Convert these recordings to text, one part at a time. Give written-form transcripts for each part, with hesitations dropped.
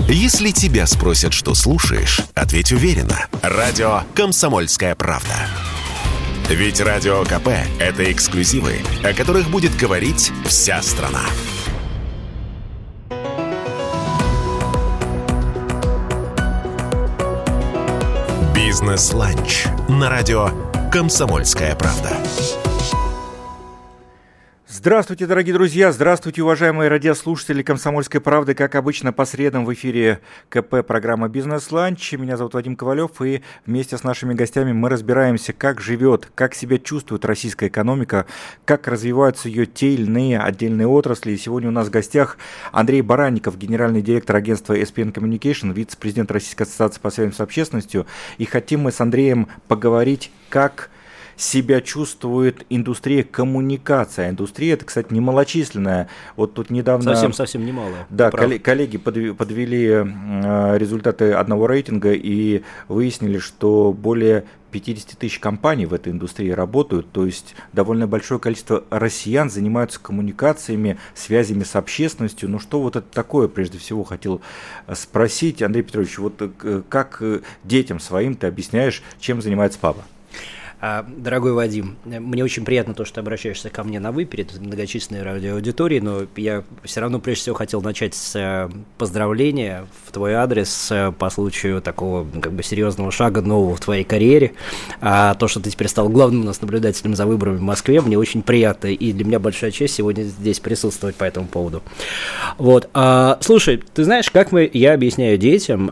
Если тебя спросят, что слушаешь, ответь уверенно. Радио «Комсомольская правда». Ведь Радио КП – это эксклюзивы, о которых будет говорить вся страна. «Бизнес-ланч» на радио «Комсомольская правда». Здравствуйте, дорогие друзья, здравствуйте, уважаемые радиослушатели «Комсомольской правды». Как обычно, по средам в эфире КП программа «Бизнес-ланч». Меня зовут Вадим Ковалев, и вместе с нашими гостями мы разбираемся, как живет, как себя чувствует российская экономика, как развиваются ее те или иные отдельные отрасли. И сегодня у нас в гостях Андрей Баранников, генеральный директор агентства SPN Communication, вице-президент Российской ассоциации по связям с общественностью. И хотим мы с Андреем поговорить, как себя чувствует индустрия коммуникации. Индустрия, это, кстати, немалочисленная. Вот тут недавно... Совсем немалая. Да, коллеги подвели результаты одного рейтинга и выяснили, что более 50 тысяч компаний в этой индустрии работают, то есть довольно большое количество россиян занимаются коммуникациями, связями с общественностью. Ну что вот это такое, прежде всего, хотел спросить, Андрей Петрович, вот как детям своим ты объясняешь, чем занимается папа? Дорогой Вадим, мне очень приятно то, что ты обращаешься ко мне на «вы» перед многочисленной радиоаудиторией, но я все равно прежде всего хотел начать с поздравления в твой адрес по случаю такого серьезного шага нового в твоей карьере. То, что ты теперь стал главным у нас наблюдателем за выборами в Москве, мне очень приятно, и для меня большая честь сегодня здесь присутствовать по этому поводу. Вот. Слушай, ты знаешь, как я объясняю детям,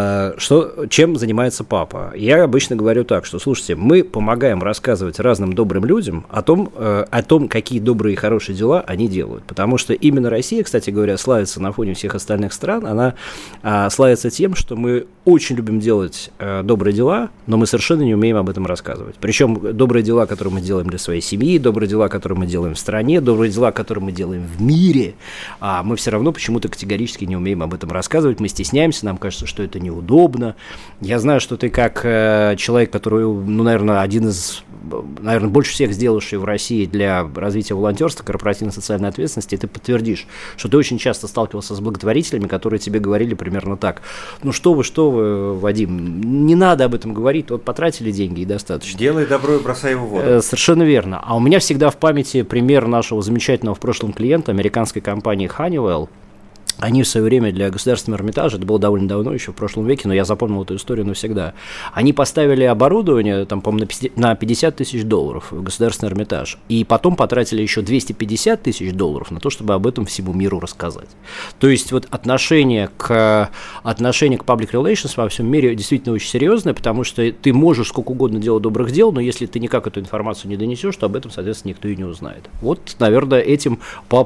чем занимается папа? Я обычно говорю так, что, слушайте, мы помогаем рассказывать разным добрым людям о том, какие добрые и хорошие дела они делают. Потому что именно Россия, кстати говоря, славится на фоне всех остальных стран. Она славится тем, что мы очень любим делать добрые дела, но мы совершенно не умеем об этом рассказывать. Причем добрые дела, которые мы делаем для своей семьи, добрые дела, которые мы делаем в стране, добрые дела, которые мы делаем в мире, мы все равно почему-то категорически не умеем об этом рассказывать. Мы стесняемся, нам кажется, что это неудобно. Я знаю, что ты как человек, который, наверное, один из, больше всех сделавший в России для развития волонтерства, корпоративной социальной ответственности, ты подтвердишь, что ты очень часто сталкивался с благотворителями, которые тебе говорили примерно так: ну что вы, Вадим, не надо об этом говорить, вот потратили деньги и достаточно. Делай добро и бросай его в воду. Совершенно верно. А у меня всегда в памяти пример нашего замечательного в прошлом клиента, американской компании Honeywell. Они в свое время для Государственного Эрмитажа, это было довольно давно, еще в прошлом веке, но я запомнил эту историю навсегда, они поставили оборудование, там, по-моему, на $50 тысяч в Государственный Эрмитаж, и потом потратили еще $250 тысяч на то, чтобы об этом всему миру рассказать. То есть вот отношение к public relations во всем мире действительно очень серьезное, потому что ты можешь сколько угодно делать добрых дел, но если ты никак эту информацию не донесешь, то об этом, соответственно, никто и не узнает. Вот, наверное, этим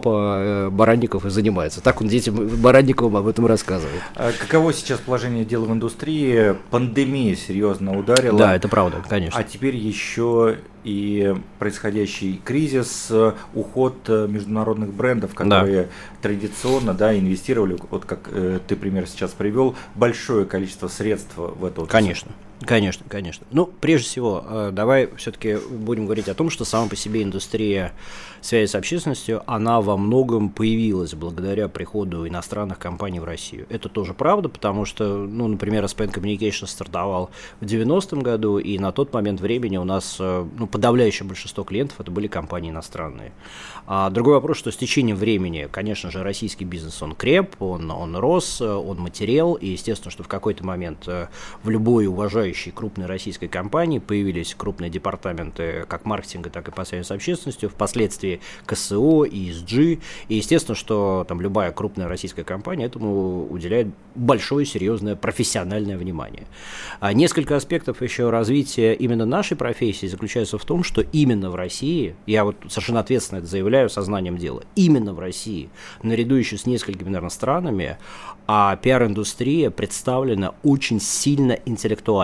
папа Баранников и занимается. Так он детям Баранниковым об этом рассказывает. Каково сейчас положение дел в индустрии? Пандемия серьезно ударила. Да, это правда, конечно. А теперь еще и происходящий кризис, уход международных брендов, которые традиционно инвестировали, вот как ты пример сейчас привел, большое количество средств в эту отрасль. Конечно. Ну, прежде всего, давай все-таки будем говорить о том, что сама по себе индустрия связи с общественностью, она во многом появилась благодаря приходу иностранных компаний в Россию. Это тоже правда, потому что, например, SPN Communication стартовал в 90-м году, и на тот момент времени у нас подавляющее большинство клиентов это были компании иностранные. Другой вопрос, что с течением времени, конечно же, российский бизнес, он креп, он рос, он материал, и естественно, что в какой-то момент в любой уважающей крупной российской компании появились крупные департаменты как маркетинга, так и по связи с общественностью, впоследствии КСО, ESG, и естественно, что там любая крупная российская компания этому уделяет большое, серьезное, профессиональное внимание. Несколько аспектов еще развития именно нашей профессии заключаются в том, что именно в России, я вот совершенно ответственно это заявляю сознанием дела, именно в России, наряду еще с несколькими, наверное, странами, пиар-индустрия представлена очень сильно интеллектуально.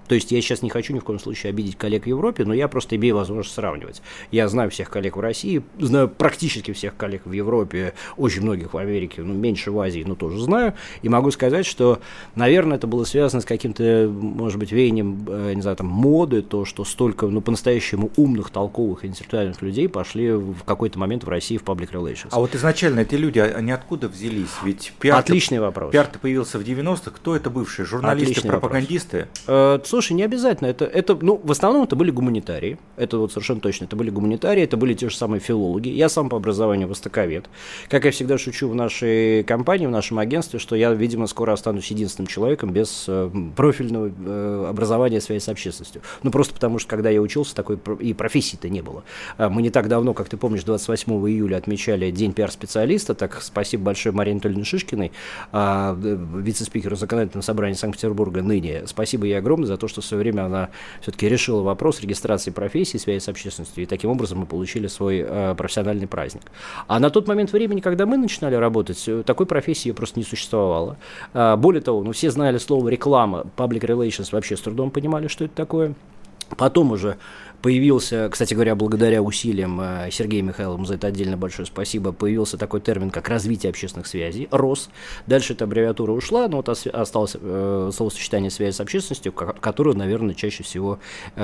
То есть я сейчас не хочу ни в коем случае обидеть коллег в Европе, но я просто имею возможность сравнивать. Я знаю всех коллег в России, знаю практически всех коллег в Европе, очень многих в Америке, меньше в Азии, но тоже знаю. И могу сказать, что, наверное, это было связано с каким-то, может быть, веянием, не знаю, там, моды, то, что столько, по-настоящему умных, толковых, интеллектуальных людей пошли в какой-то момент в России в public relations. А вот изначально эти люди, они откуда взялись? Ведь пиар-то, отличный вопрос. Пиар-то появился в 90-х. Кто это бывшие? Журналисты, отличный пропагандисты? Слушай, не обязательно. Это, в основном это были гуманитарии. Это вот совершенно точно. Это были гуманитарии, это были те же самые филологи. Я сам по образованию востоковед. Как я всегда шучу в нашей компании, в нашем агентстве, что я, видимо, скоро останусь единственным человеком без профильного образования, связи с общественностью. Просто потому, что когда я учился, такой и профессии-то не было. Мы не так давно, как ты помнишь, 28 июля отмечали День пиар-специалиста. Так, спасибо большое Марине Анатольевне Шишкиной, вице-спикеру законодательного собрания Санкт-Петербурга ныне. Спасибо ей огромное за то, что в свое время она все-таки решила вопрос регистрации профессии, связи с общественностью, и таким образом мы получили свой профессиональный праздник. А на тот момент времени, когда мы начинали работать, такой профессии просто не существовало. Более того, все знали слово реклама, public relations вообще с трудом понимали, что это такое. Потом уже появился, кстати говоря, благодаря усилиям Сергея Михайлова, за это отдельно большое спасибо, появился такой термин, как развитие общественных связей, РОС. Дальше эта аббревиатура ушла, но вот осталось словосочетание связи с общественностью, которое, наверное, чаще всего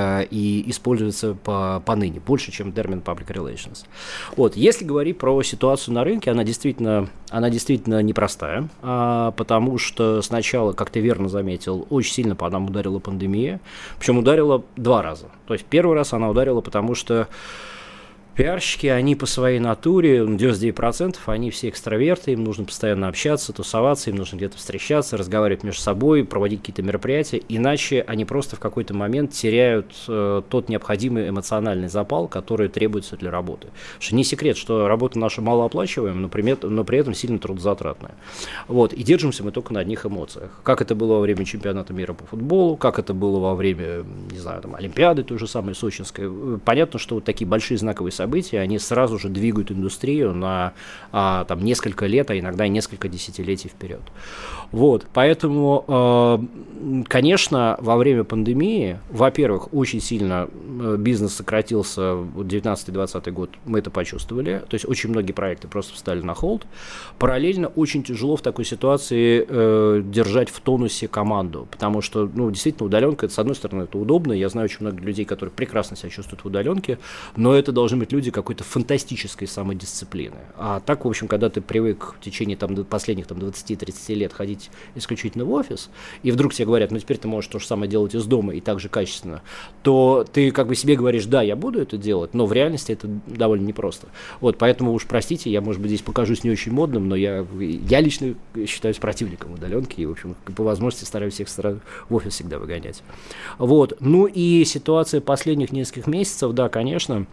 и используется поныне, больше, чем термин public relations. Вот, если говорить про ситуацию на рынке, она действительно непростая, потому что сначала, как ты верно заметил, очень сильно по нам ударила пандемия, причем ударила 2 раза. То есть первый раз она ударила, потому что пиарщики, они по своей натуре, 99%, они все экстраверты, им нужно постоянно общаться, тусоваться, им нужно где-то встречаться, разговаривать между собой, проводить какие-то мероприятия, иначе они просто в какой-то момент теряют тот необходимый эмоциональный запал, который требуется для работы. Потому что не секрет, что работа наша малооплачиваемая, но при этом сильно трудозатратная. Вот, и держимся мы только на одних эмоциях. Как это было во время чемпионата мира по футболу, как это было во время, не знаю, там, Олимпиады, той же самой Сочинской. Понятно, что вот такие большие знаковые события, они сразу же двигают индустрию на там, несколько лет, а иногда и несколько десятилетий вперед. Вот, поэтому, конечно, во время пандемии, во-первых, очень сильно бизнес сократился, 19-20 год мы это почувствовали, то есть очень многие проекты просто встали на холд. Параллельно очень тяжело в такой ситуации держать в тонусе команду, потому что, действительно, удаленка, это, с одной стороны, это удобно, я знаю очень много людей, которые прекрасно себя чувствуют в удаленке, но это должны быть люди какой-то фантастической самодисциплины. А так, в общем, когда ты привык в течение последних 20-30 лет ходить исключительно в офис, и вдруг тебе говорят, теперь ты можешь то же самое делать из дома и так же качественно, то ты как бы себе говоришь, да, я буду это делать, но в реальности это довольно непросто. Вот, поэтому уж простите, я, может быть, здесь покажусь не очень модным, но я лично считаюсь противником удаленки и, в общем, по возможности стараюсь всех в офис всегда выгонять. Вот, и ситуация последних нескольких месяцев, да, конечно,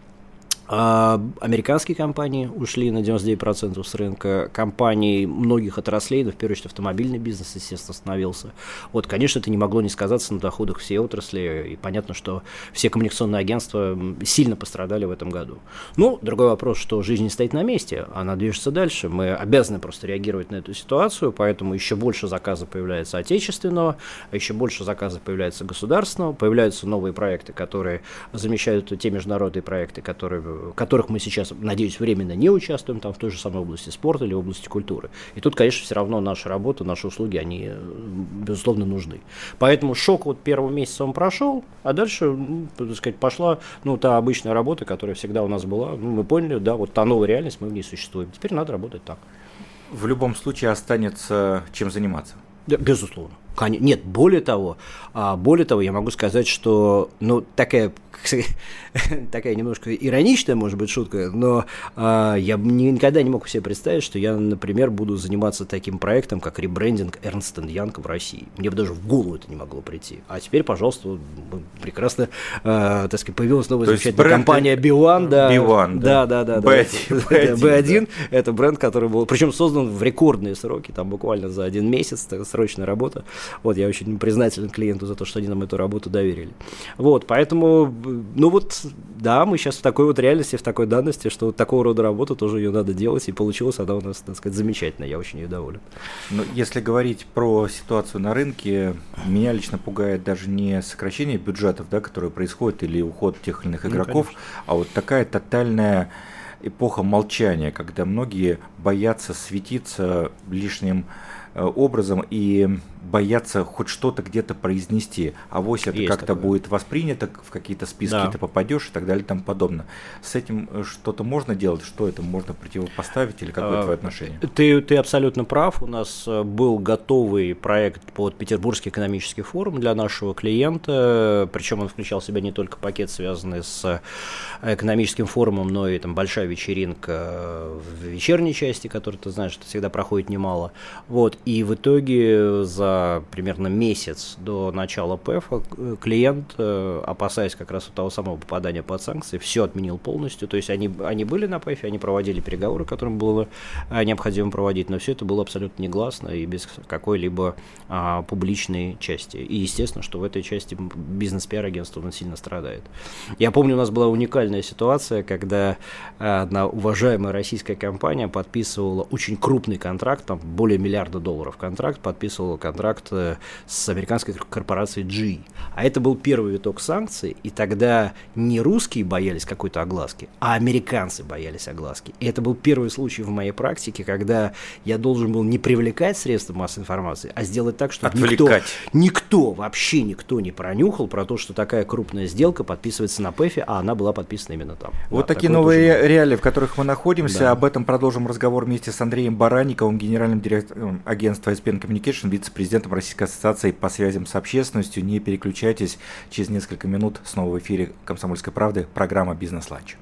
американские компании ушли на 99% с рынка, компании многих отраслей, но в первую очередь автомобильный бизнес, естественно, остановился. Вот, конечно, это не могло не сказаться на доходах всей отрасли, и понятно, что все коммуникационные агентства сильно пострадали в этом году. Другой вопрос, что жизнь не стоит на месте, она движется дальше, мы обязаны просто реагировать на эту ситуацию, поэтому еще больше заказов появляется отечественного, еще больше заказов появляется государственного, появляются новые проекты, которые замещают те международные проекты, в которых мы сейчас, надеюсь, временно не участвуем, там в той же самой области спорта или области культуры. И тут, конечно, все равно наша работа, наши услуги, они, безусловно, нужны. Поэтому шок первого месяца он прошел, а дальше, так сказать, пошла, та обычная работа, которая всегда у нас была. Мы поняли, да, вот та новая реальность, мы в ней существуем. Теперь надо работать так. В любом случае останется чем заниматься. Да, безусловно. Нет, более того, я могу сказать, что, такая немножко ироничная, может быть, шутка, но я никогда не мог себе представить, что я, например, буду заниматься таким проектом, как ребрендинг Ernst & Young в России. Мне бы даже в голову это не могло прийти. А теперь, пожалуйста, прекрасно, так сказать, появилась новая замечательная компания B1. Да. B1 – это бренд, который был, причем создан в рекордные сроки, там буквально за 1 месяц, срочная работа. Вот, я очень признателен клиенту за то, что они нам эту работу доверили. Вот, поэтому, ну вот, да, мы сейчас в такой вот реальности, в такой данности, что вот такого рода работу тоже ее надо делать, и получилась она у нас, так сказать, замечательно, я очень ей доволен. Ну, если говорить про ситуацию на рынке, меня лично пугает даже не сокращение бюджетов, да, которые происходят, или уход тех или иных игроков, а вот такая тотальная эпоха молчания, когда многие боятся светиться лишним образом и боятся хоть что-то где-то произнести. Авось это как-то такое будет воспринято, в какие-то списки ты попадешь и так далее и тому подобное. С этим что-то можно делать? Что это можно противопоставить или какое твое отношение? Ты абсолютно прав. У нас был готовый проект под Петербургский экономический форум для нашего клиента, причем он включал в себя не только пакет, связанный с экономическим форумом, но и там большая вечеринка в вечерней части, которую ты знаешь, что всегда проходит немало. Вот. И в итоге за примерно месяц до начала ПЭФа клиент, опасаясь как раз того самого попадания под санкции, все отменил полностью. То есть они были на ПЭФе, они проводили переговоры, которым было необходимо проводить, но все это было абсолютно негласно и без какой-либо публичной части. И естественно, что в этой части бизнес-пиар-агентство сильно страдает. Я помню, у нас была уникальная ситуация, когда одна уважаемая российская компания подписывала очень крупный контракт, там более $1 миллиарда контракт, подписывала контракт с американской корпорацией GE. А это был первый виток санкций, и тогда не русские боялись какой-то огласки, а американцы боялись огласки. И это был первый случай в моей практике, когда я должен был не привлекать средства массовой информации, а сделать так, чтобы вообще никто не пронюхал про то, что такая крупная сделка подписывается на ПЭФе, а она была подписана именно там. Вот такие новые реалии, в которых мы находимся. Да. Об этом продолжим разговор вместе с Андреем Баранниковым, генеральным директором агентства SPN Communication, вице-президентом Российской ассоциации по связям с общественностью. Не переключайтесь, через несколько минут снова в эфире «Комсомольской правды» программа «Бизнес-ланч».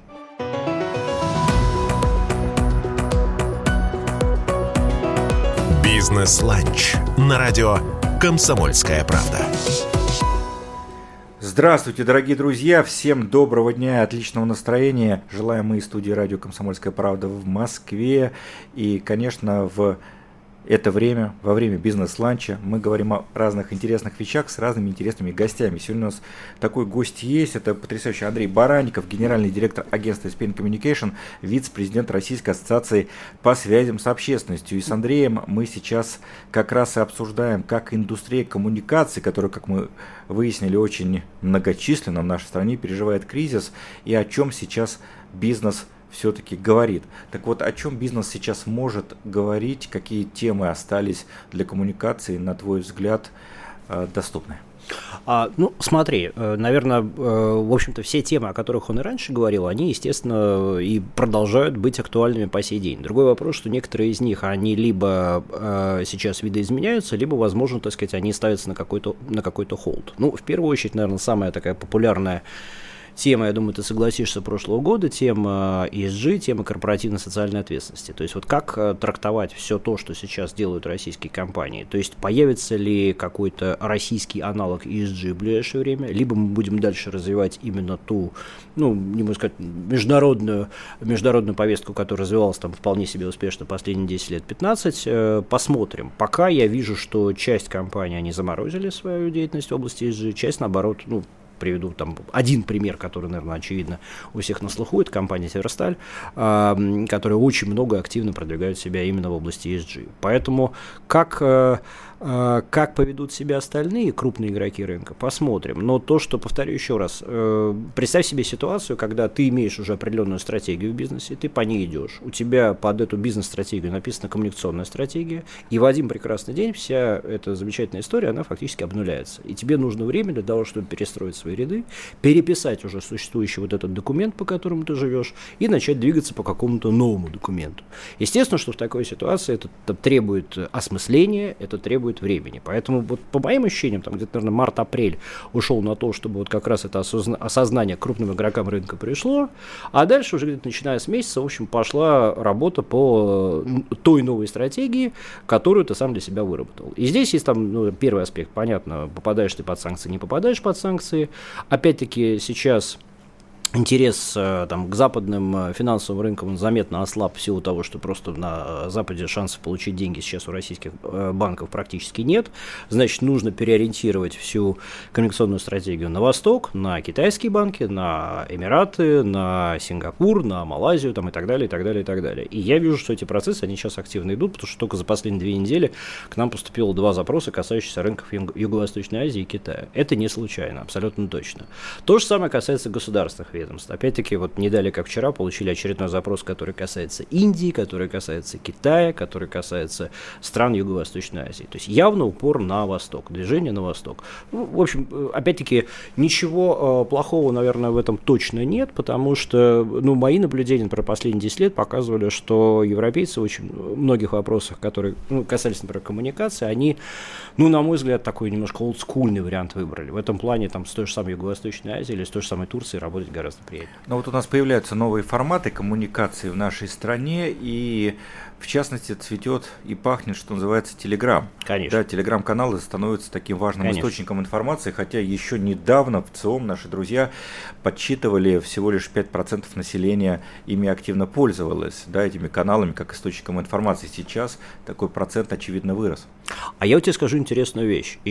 «Бизнес-ланч» на радио «Комсомольская правда». Здравствуйте, дорогие друзья! Всем доброго дня, отличного настроения. Желаем мы из студии радио «Комсомольская правда» в Москве. И, конечно, в это время, во время бизнес-ланча, мы говорим о разных интересных вещах с разными интересными гостями. Сегодня у нас такой гость есть, это потрясающий Андрей Баранников, генеральный директор агентства SPN Communication, вице-президент Российской ассоциации по связям с общественностью. И с Андреем мы сейчас как раз и обсуждаем, как индустрия коммуникаций, которая, как мы выяснили, очень многочисленна в нашей стране, переживает кризис, и о чем сейчас бизнес все-таки говорит. Так вот, о чем бизнес сейчас может говорить, какие темы остались для коммуникации, на твой взгляд, доступны? Ну, смотри, наверное, в общем-то, все темы, о которых он и раньше говорил, они, естественно, и продолжают быть актуальными по сей день. Другой вопрос, что некоторые из них, они либо сейчас видоизменяются, либо, возможно, так сказать, они ставятся на какой-то холд. Ну, в первую очередь, наверное, самая такая популярная тема, я думаю, ты согласишься, прошлого года, тема ESG, тема корпоративной социальной ответственности. То есть вот как трактовать все то, что сейчас делают российские компании? То есть появится ли какой-то российский аналог ESG в ближайшее время, либо мы будем дальше развивать именно ту, ну, не могу сказать, международную повестку, которая развивалась там вполне себе успешно последние 10 лет, 15. Посмотрим. Пока я вижу, что часть компаний, они заморозили свою деятельность в области ESG, часть, наоборот, ну, приведу там один пример, который, наверное, очевидно у всех на слуху, это компания «Северсталь», которая очень много активно продвигает себя именно в области ESG. Поэтому как поведут себя остальные крупные игроки рынка, посмотрим. Но то, что, повторю еще раз, представь себе ситуацию, когда ты имеешь уже определенную стратегию в бизнесе, ты по ней идешь, у тебя под эту бизнес-стратегию написана коммуникационная стратегия, и в один прекрасный день вся эта замечательная история, она фактически обнуляется. И тебе нужно время для того, чтобы перестроить свои ряды, переписать уже существующий вот этот документ, по которому ты живешь, и начать двигаться по какому-то новому документу. Естественно, что в такой ситуации это требует осмысления, это требует времени. Поэтому вот по моим ощущениям, там где-то, наверное, март-апрель ушел на то, чтобы вот как раз это осознание крупным игрокам рынка пришло, а дальше уже где-то начиная с месяца, в общем, пошла работа по той новой стратегии, которую ты сам для себя выработал. И здесь есть там, ну, первый аспект, понятно, попадаешь ты под санкции, не попадаешь под санкции. Опять-таки сейчас интерес там, к западным финансовым рынкам он заметно ослаб в силу того, что просто на Западе шансов получить деньги сейчас у российских банков практически нет. Значит, нужно переориентировать всю коммуникационную стратегию на восток, на китайские банки, на Эмираты, на Сингапур, на Малайзию там, и так далее, и так далее, и так далее. И я вижу, что эти процессы, они сейчас активно идут, потому что только за последние 2 недели к нам поступило 2 запроса, касающиеся рынков Юго-Восточной Азии и Китая. Это не случайно, абсолютно точно. То же самое касается государственных ведомств. Опять-таки, вот не далее, как вчера, получили очередной запрос, который касается Индии, который касается Китая, который касается стран Юго-Восточной Азии. То есть явно упор на восток, движение на восток. Ну, в общем, опять-таки, ничего плохого, наверное, в этом точно нет, потому что мои наблюдения про последние 10 лет показывали, что европейцы в очень многих вопросах, которые касались, например, коммуникации, они, на мой взгляд, такой немножко олдскульный вариант выбрали. В этом плане там, с той же самой Юго-Восточной Азии или с той же самой Турцией работать гораздо приятнее. Но вот у нас появляются новые форматы коммуникации в нашей стране, и в частности цветет и пахнет, что называется, Telegram. Конечно. Да, Telegram-каналы становятся таким важным источником информации, хотя еще недавно в ЦИОМ наши друзья подсчитывали, всего лишь 5% населения ими активно пользовалось, да, этими каналами как источником информации. Сейчас такой процент, очевидно, вырос. А я тебе скажу интересную вещь.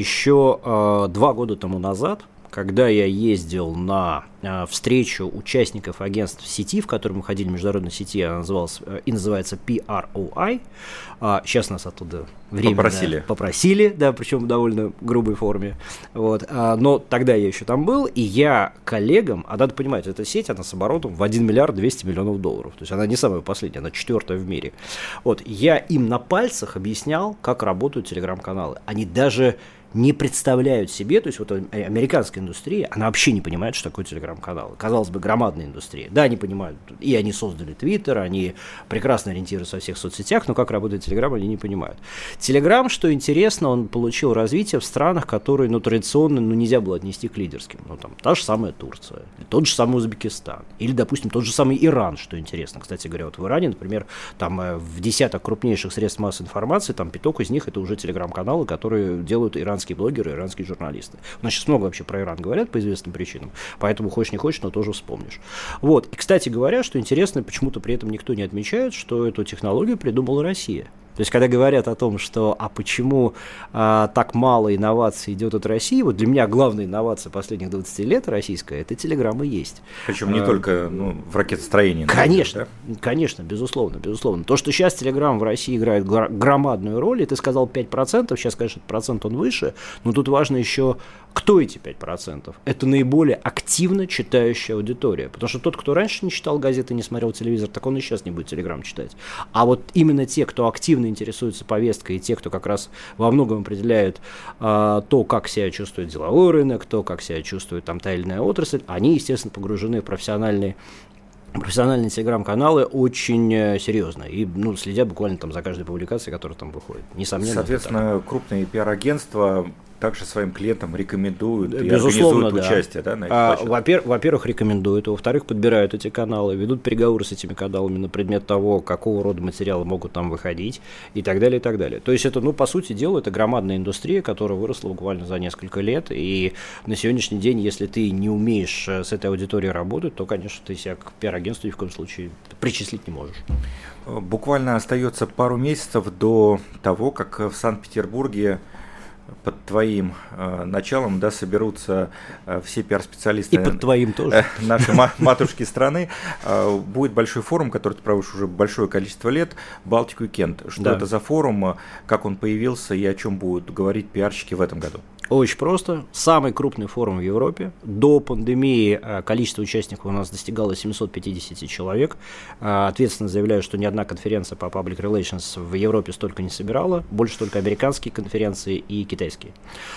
Еще 2 года тому назад, когда я ездил на встречу участников агентств сети, в которой мы ходили, международной сети, она называлась и называется PROI. Сейчас нас оттуда временно попросили, да, причем в довольно грубой форме. Вот. Но тогда я еще там был, и я коллегам, надо понимать, эта сеть, она с оборотом в 1 миллиард 200 миллионов долларов. То есть она не самая последняя, она 4-я в мире. Вот. Я им на пальцах объяснял, как работают телеграм-каналы. Они даже не представляют себе, то есть вот американская индустрия, она вообще не понимает, что такое телеграм-канал. Казалось бы, громадная индустрия. Да, они понимают, и они создали Твиттер, они прекрасно ориентируются во всех соцсетях, но как работает Телеграм, они не понимают. Телеграм, что интересно, он получил развитие в странах, которые, традиционно, нельзя было отнести к лидерским. Там та же самая Турция, тот же самый Узбекистан, или, допустим, тот же самый Иран, что интересно. Кстати говоря, вот в Иране, например, там в десяток крупнейших средств массовой информации, там 5 из них это уже телеграм-каналы, которые делают иранские блогеры, иранские журналисты. У нас сейчас много вообще про Иран говорят по известным причинам, поэтому хочешь не хочешь, но тоже вспомнишь. Вот. И, кстати говоря, что интересно, почему-то при этом никто не отмечает, что эту технологию придумала Россия. То есть, когда говорят о том, что почему так мало инноваций идет от России, вот для меня главная инновация последних 20 лет российская, это Телеграм и есть. Причем не только в ракетостроении. Конечно, да? Конечно, безусловно. То, что сейчас Телеграм в России играет громадную роль, и ты сказал 5%, сейчас, конечно, процент он выше, но тут важно еще, кто эти 5%. Это наиболее активно читающая аудитория, потому что тот, кто раньше не читал газеты, не смотрел телевизор, так он и сейчас не будет Телеграм читать. А вот именно те, кто активно интересуются повесткой, и те, кто как раз во многом определяет то, как себя чувствует деловой рынок, то, как себя чувствует там та или иная отрасль, они, естественно, погружены в профессиональные телеграм-каналы очень серьезно и следят буквально там за каждой публикацией, которая там выходит. Несомненно. Соответственно, крупные пиар-агентства также своим клиентам рекомендуют и организуют участие, да, на этих площадках? Во-первых, рекомендуют, во-вторых, подбирают эти каналы, ведут переговоры с этими каналами на предмет того, какого рода материалы могут там выходить и так далее, и так далее. То есть это, по сути дела, это громадная индустрия, которая выросла буквально за несколько лет, и на сегодняшний день, если ты не умеешь с этой аудиторией работать, то, конечно, ты себя к пиар-агентству ни в коем случае причислить не можешь. Буквально остается пару месяцев до того, как в Санкт-Петербурге под твоим началом, да, соберутся все пиар-специалисты. И под твоим тоже. Нашей матушки страны. Будет большой форум, который ты проводишь уже большое количество лет, Baltic Weekend. Что это за форум, как он появился и о чем будут говорить пиарщики в этом году? Очень просто. Самый крупный форум в Европе. До пандемии количество участников у нас достигало 750 человек. Ответственно заявляю, что ни одна конференция по Public Relations в Европе столько не собирала. Больше только американские конференции и китайские.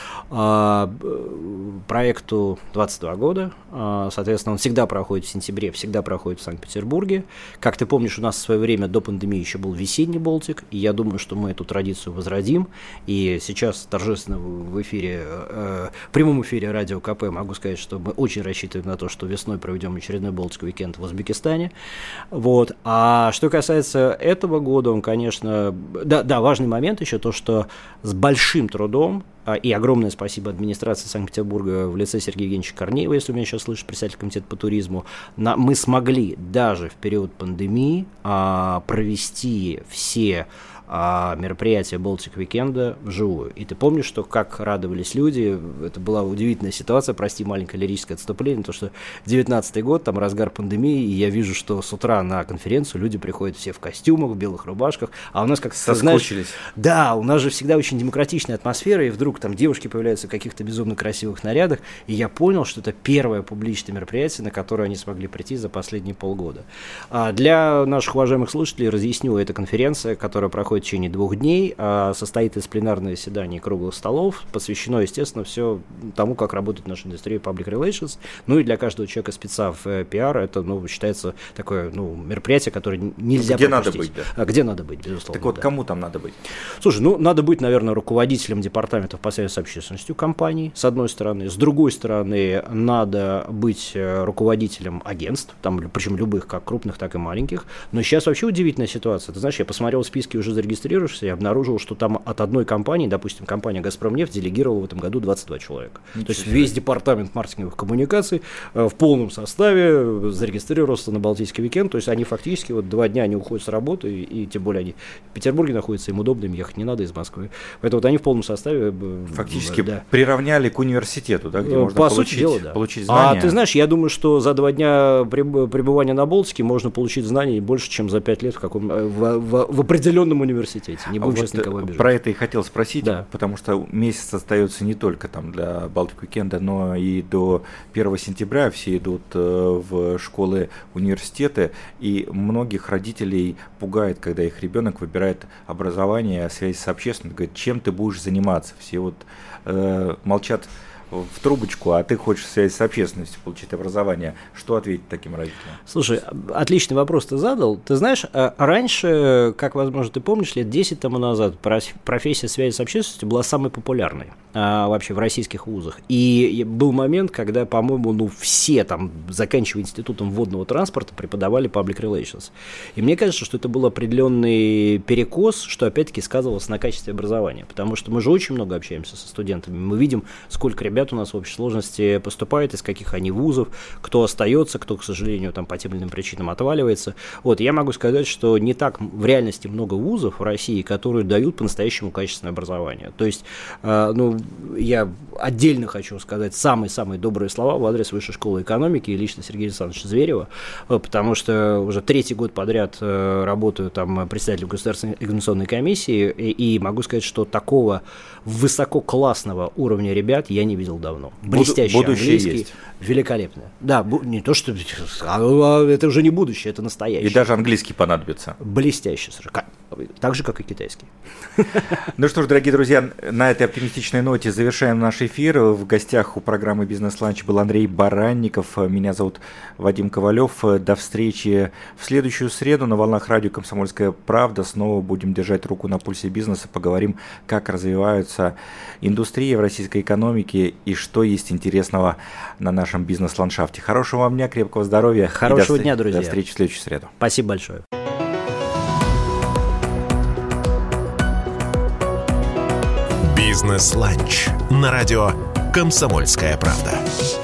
Проекту 22 года. Соответственно, он всегда проходит в сентябре, всегда проходит в Санкт-Петербурге. Как ты помнишь, у нас в свое время до пандемии еще был весенний Болтик. И я думаю, что мы эту традицию возродим. И сейчас торжественно в эфире прямом эфире радио КП могу сказать, что мы очень рассчитываем на то, что весной проведем очередной Baltic Weekend в Узбекистане. Вот. А что касается этого года, он, конечно... Да, важный момент еще то, что с большим трудом, и огромное спасибо администрации Санкт-Петербурга в лице Сергея Евгеньевича Корнеева, если вы меня сейчас слышите, председатель комитета по туризму, мы смогли даже в период пандемии провести все мероприятия Baltic Weekend вживую. И ты помнишь, что как радовались люди, это была удивительная ситуация, прости, маленькое лирическое отступление, то, что 19-й год, там разгар пандемии, и я вижу, что с утра на конференцию люди приходят все в костюмах, в белых рубашках, а у нас как-то... Соскучились. Да, у нас же всегда очень демократичная атмосфера, и вдруг там девушки появляются в каких-то безумно красивых нарядах, и я понял, что это первое публичное мероприятие, на которое они смогли прийти за последние полгода. Для наших уважаемых слушателей разъясню, это конференция, которая проходит в течение 2 дней, состоит из пленарных заседаний и круглых столов, посвящено, естественно, все тому, как работает наша индустрия Public Relations, ну и для каждого человека спеца в пиар это, считается такое, мероприятие, которое нельзя где пропустить. Надо быть, да. Где надо быть, безусловно. Так вот, да. Кому там надо быть? Слушай, надо быть, наверное, руководителем департаментов по связи с общественностью компаний, с одной стороны. С другой стороны, надо быть руководителем агентств, причем любых, как крупных, так и маленьких. Но сейчас вообще удивительная ситуация. Ты знаешь, я посмотрел списки уже зарегистрировавшихся и обнаружил, что там от одной компании, допустим, компания «Газпромнефть» делегировала в этом году 22 человека. То есть весь департамент маркетинговых коммуникаций в полном составе зарегистрировался на Балтийский уикенд. То есть они фактически 2 дня они уходят с работы, и тем более они в Петербурге находятся, им удобно, им ехать не надо из Москвы. Поэтому они в полном составе... Фактически приравняли к университету, да, где можно получить знания. А ты знаешь, я думаю, что за 2 дня пребывания на Балтике можно получить знаний больше, чем за 5 лет в определенном университете. Не будем сейчас никого обижать. Про это и хотел спросить, да. Потому что месяц остается не только для Baltic Weekend, но и до 1 сентября все идут в школы, университеты, и многих родителей пугает, когда их ребенок выбирает образование, связь с общественностью, говорит, чем ты будешь заниматься. Все молчат в трубочку, а ты хочешь связь с общественностью, получить образование. Что ответить таким родителям? Слушай, отличный вопрос ты задал. Ты знаешь, раньше, как, возможно, ты помнишь, лет 10 тому назад профессия связи с общественностью была самой популярной вообще в российских вузах. И был момент, когда, по-моему, все заканчивая институтом водного транспорта, преподавали public relations. И мне кажется, что это был определенный перекос, что опять-таки сказывалось на качестве образования. Потому что мы же очень много общаемся со студентами. Мы видим, сколько ребят у нас в общей сложности поступает, из каких они вузов, кто остается, кто, к сожалению, по тем или иным причинам отваливается. Я могу сказать, что не так в реальности много вузов в России, которые дают по-настоящему качественное образование. То есть, я отдельно хочу сказать самые-самые добрые слова в адрес Высшей школы экономики и лично Сергея Александровича Зверева, потому что уже 3-й год подряд работаю председателем Государственной экзаменационной комиссии, и могу сказать, что такого высококлассного уровня ребят я не видел давно. Блестящий английский, есть. Великолепно. Да, не то, что... это уже не будущее, это настоящее. И даже английский понадобится. Блестяще. Так же, как и китайский. Ну что ж, дорогие друзья, на этой оптимистичной ноте завершаем наш эфир. В гостях у программы «Бизнес-ланч» был Андрей Баранников. Меня зовут Вадим Ковалев. До встречи в следующую среду на волнах радио «Комсомольская правда». Снова будем держать руку на пульсе бизнеса, поговорим, как развиваются индустрии в российской экономике и что есть интересного на нашем бизнес-ландшафте. Хорошего вам дня, крепкого здоровья. Хорошего дня, друзья. До встречи в следующую среду. Спасибо большое. «Бизнес-ланч» на радио «Комсомольская правда».